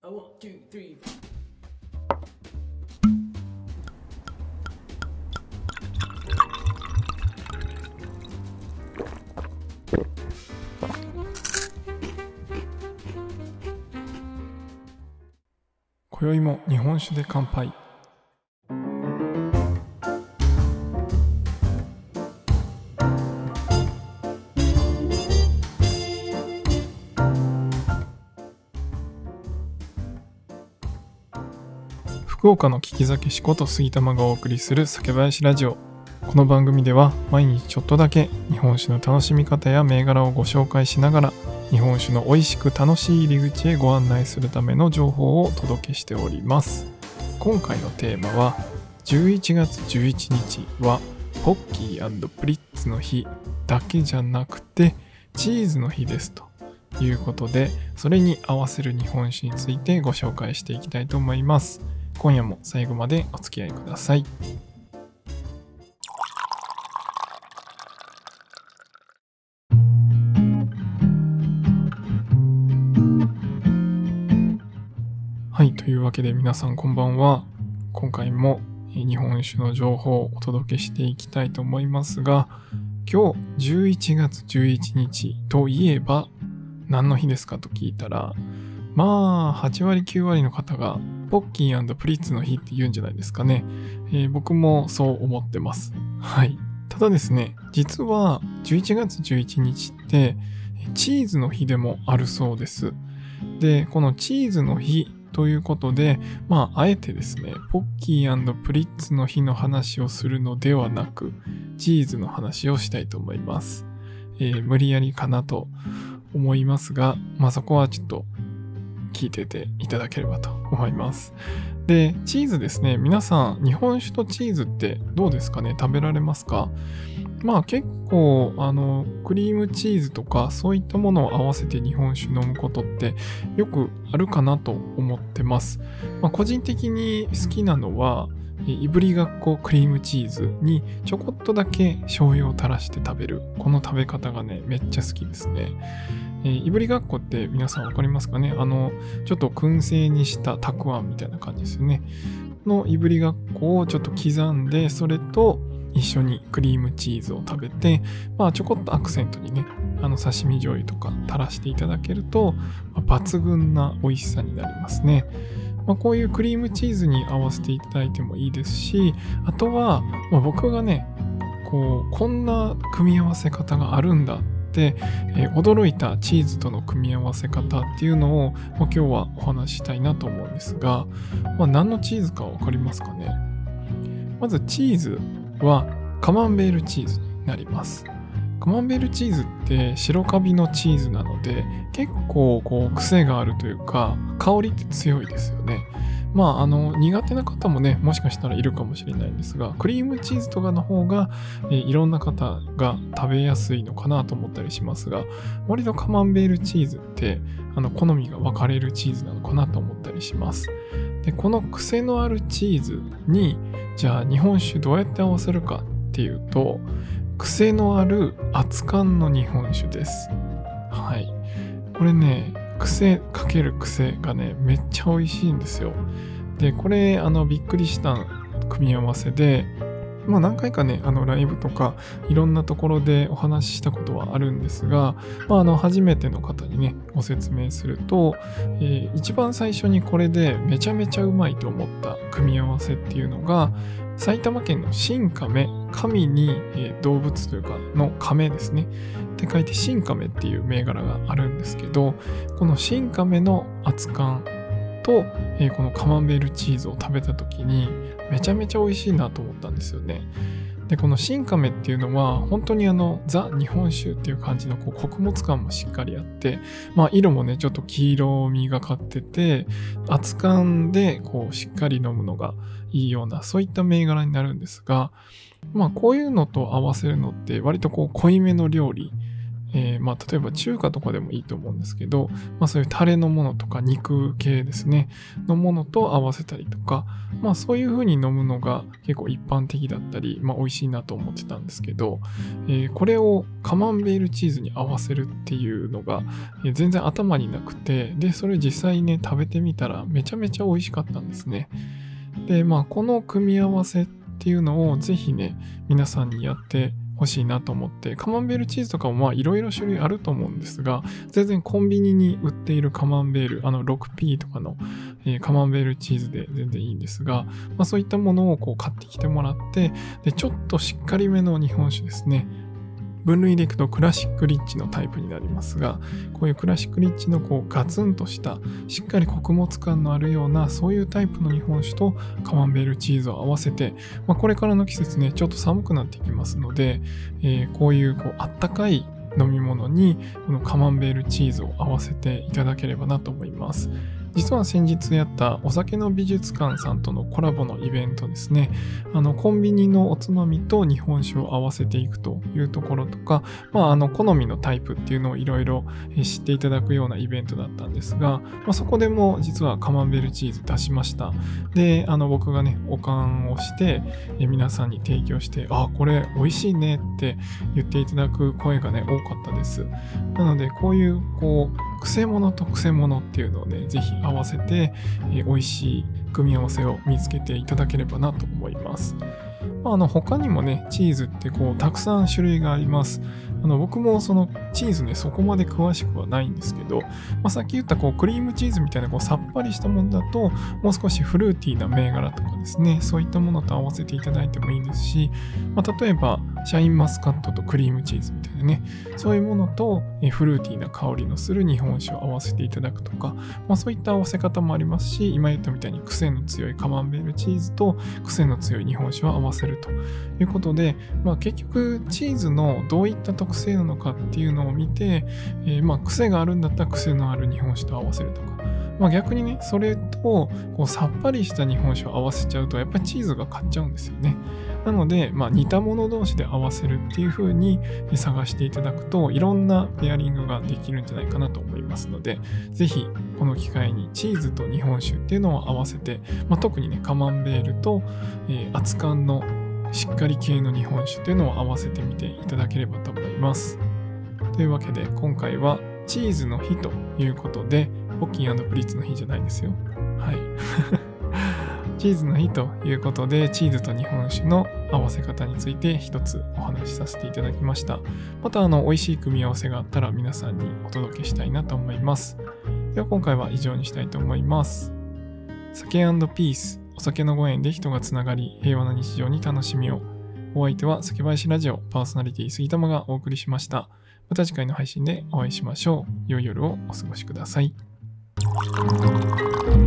One, two, three. 今宵も日本酒で乾杯。福岡の聞き酒師こと杉玉がお送りする酒林ラジオ。この番組では毎日ちょっとだけ日本酒の楽しみ方や銘柄をご紹介しながら、日本酒の美味しく楽しい入り口へご案内するための情報をお届けしております。今回のテーマは11月11日はポッキー&プリッツの日だけじゃなくてチーズの日ですということで、それに合わせる日本酒についてご紹介していきたいと思います。今夜も最後までお付き合いください。はい、というわけで皆さんこんばんは。今回も日本酒の情報をお届けしていきたいと思いますが、今日11月11日といえば何の日ですかと聞いたら、まあ8割9割の方がポッキー&プリッツの日って言うんじゃないですかね。僕もそう思ってます。はい。ただですね、実は11月11日ってチーズの日でもあるそうです。で、このチーズの日ということで、あえてですね、ポッキー&プリッツの日の話をするのではなく、チーズの話をしたいと思います。無理やりかなと思いますが、そこはちょっと聞いてていただければと思います。で、チーズですね、皆さん日本酒とチーズってどうですかね、食べられますか？結構クリームチーズとかそういったものを合わせて日本酒飲むことってよくあるかなと思ってます。個人的に好きなのはいぶりがっこクリームチーズにちょこっとだけ醤油を垂らして食べる、この食べ方がねめっちゃ好きですね。いぶりがっこって皆さんわかりますかね？ちょっと燻製にしたたくあんみたいな感じですよね。のいぶりがっこをちょっと刻んで、それと一緒にクリームチーズを食べて、ちょこっとアクセントにね、刺身醤油とか垂らしていただけると、抜群な美味しさになりますね。こういうクリームチーズに合わせていただいてもいいですし、あとは、僕がね、こんな組み合わせ方があるんだって、驚いたチーズとの組み合わせ方っていうのを、今日はお話ししたいなと思うんですが、何のチーズかわかりますかね？まずチーズはカマンベールチーズになります。カマンベールチーズって白カビのチーズなので結構癖があるというか香りって強いですよね。苦手な方もねもしかしたらいるかもしれないんですが、クリームチーズとかの方が、いろんな方が食べやすいのかなと思ったりしますが、割とカマンベールチーズって好みが分かれるチーズなのかなと思ったりします。で、この癖のあるチーズにじゃあ日本酒どうやって合わせるかっていうと、癖のある熱燗の日本酒です。はい。これね、癖かける癖がね、めっちゃ美味しいんですよ。で、これびっくりした組み合わせで、何回かね、ライブとかいろんなところでお話ししたことはあるんですが、初めての方にね、ご説明すると、一番最初にこれでめちゃめちゃうまいと思った組み合わせっていうのが、埼玉県の新亀、神に、動物というかの亀ですね。って書いて新亀っていう銘柄があるんですけど、この新亀の熱燗と、このカマンベールチーズを食べた時にめちゃめちゃ美味しいなと思ったんですよね。で、この新亀っていうのは本当にザ日本酒っていう感じの穀物感もしっかりあって、色もねちょっと黄色みがかってて、熱燗でしっかり飲むのがいいようなそういった銘柄になるんですが、こういうのと合わせるのって割と濃いめの料理例えば中華とかでもいいと思うんですけど、そういうタレのものとか肉系ですね、のものと合わせたりとか、そういう風に飲むのが結構一般的だったり、美味しいなと思ってたんですけど、これをカマンベールチーズに合わせるっていうのが、全然頭になくて、で、それ実際ね、食べてみたらめちゃめちゃ美味しかったんですね。で、この組み合わせっていうのをぜひね、皆さんにやって欲しいなと思って、カマンベールチーズとかもいろいろ種類あると思うんですが、全然コンビニに売っているカマンベール、6P とかの、カマンベールチーズで全然いいんですが、そういったものをこう買ってきてもらって、で、ちょっとしっかりめの日本酒ですね。分類でいくとクラシックリッチのタイプになりますが、こういうクラシックリッチのこうガツンとしたしっかり穀物感のあるようなそういうタイプの日本酒とカマンベールチーズを合わせて、これからの季節ねちょっと寒くなってきますので、こういうあったかい飲み物にこのカマンベールチーズを合わせていただければなと思います。実は先日やったお酒の美術館さんとのコラボのイベントですね。コンビニのおつまみと日本酒を合わせていくというところとか、好みのタイプっていうのをいろいろ知っていただくようなイベントだったんですが、そこでも実はカマンベールチーズ出しました。で、僕がね、保管をして、皆さんに提供して、これ美味しいねって言っていただく声がね、多かったです。なので、こういう、くせ者とくせ者っていうのをね、ぜひ合わせて、美味しい組み合わせを見つけていただければなと思います。他にもね、チーズってたくさん種類があります。僕もそのチーズね、そこまで詳しくはないんですけど、さっき言ったクリームチーズみたいなさっぱりしたものだと、もう少しフルーティーな銘柄とかですね、そういったものと合わせていただいてもいいですし、例えば、シャインマスカットとクリームチーズみたいなね、そういうものとフルーティーな香りのする日本酒を合わせていただくとか、そういった合わせ方もありますし、今言ったみたいに癖の強いカマンベールチーズと癖の強い日本酒を合わせるということで、結局チーズのどういった特性なのかっていうのを見て、癖があるんだったら癖のある日本酒と合わせるとか、逆にね、それとさっぱりした日本酒を合わせちゃうとやっぱりチーズが勝っちゃうんですよね。なので、似たもの同士で合わせるっていう風に探していただくといろんなペアリングができるんじゃないかなと思いますので、ぜひこの機会にチーズと日本酒っていうのを合わせて、特にねカマンベールと、熱燗のしっかり系の日本酒っていうのを合わせてみていただければと思います。というわけで今回はチーズの日ということで、ポッキン&プリッツの日じゃないですよ。はい。チーズの日ということで、チーズと日本酒の合わせ方について一つお話しさせていただきました。また美味しい組み合わせがあったら皆さんにお届けしたいなと思います。では今回は以上にしたいと思います。酒&ピース、お酒のご縁で人がつながり、平和な日常に楽しみを。お相手は酒林ラジオパーソナリティ杉玉がお送りしました。また次回の配信でお会いしましょう。良い夜をお過ごしください。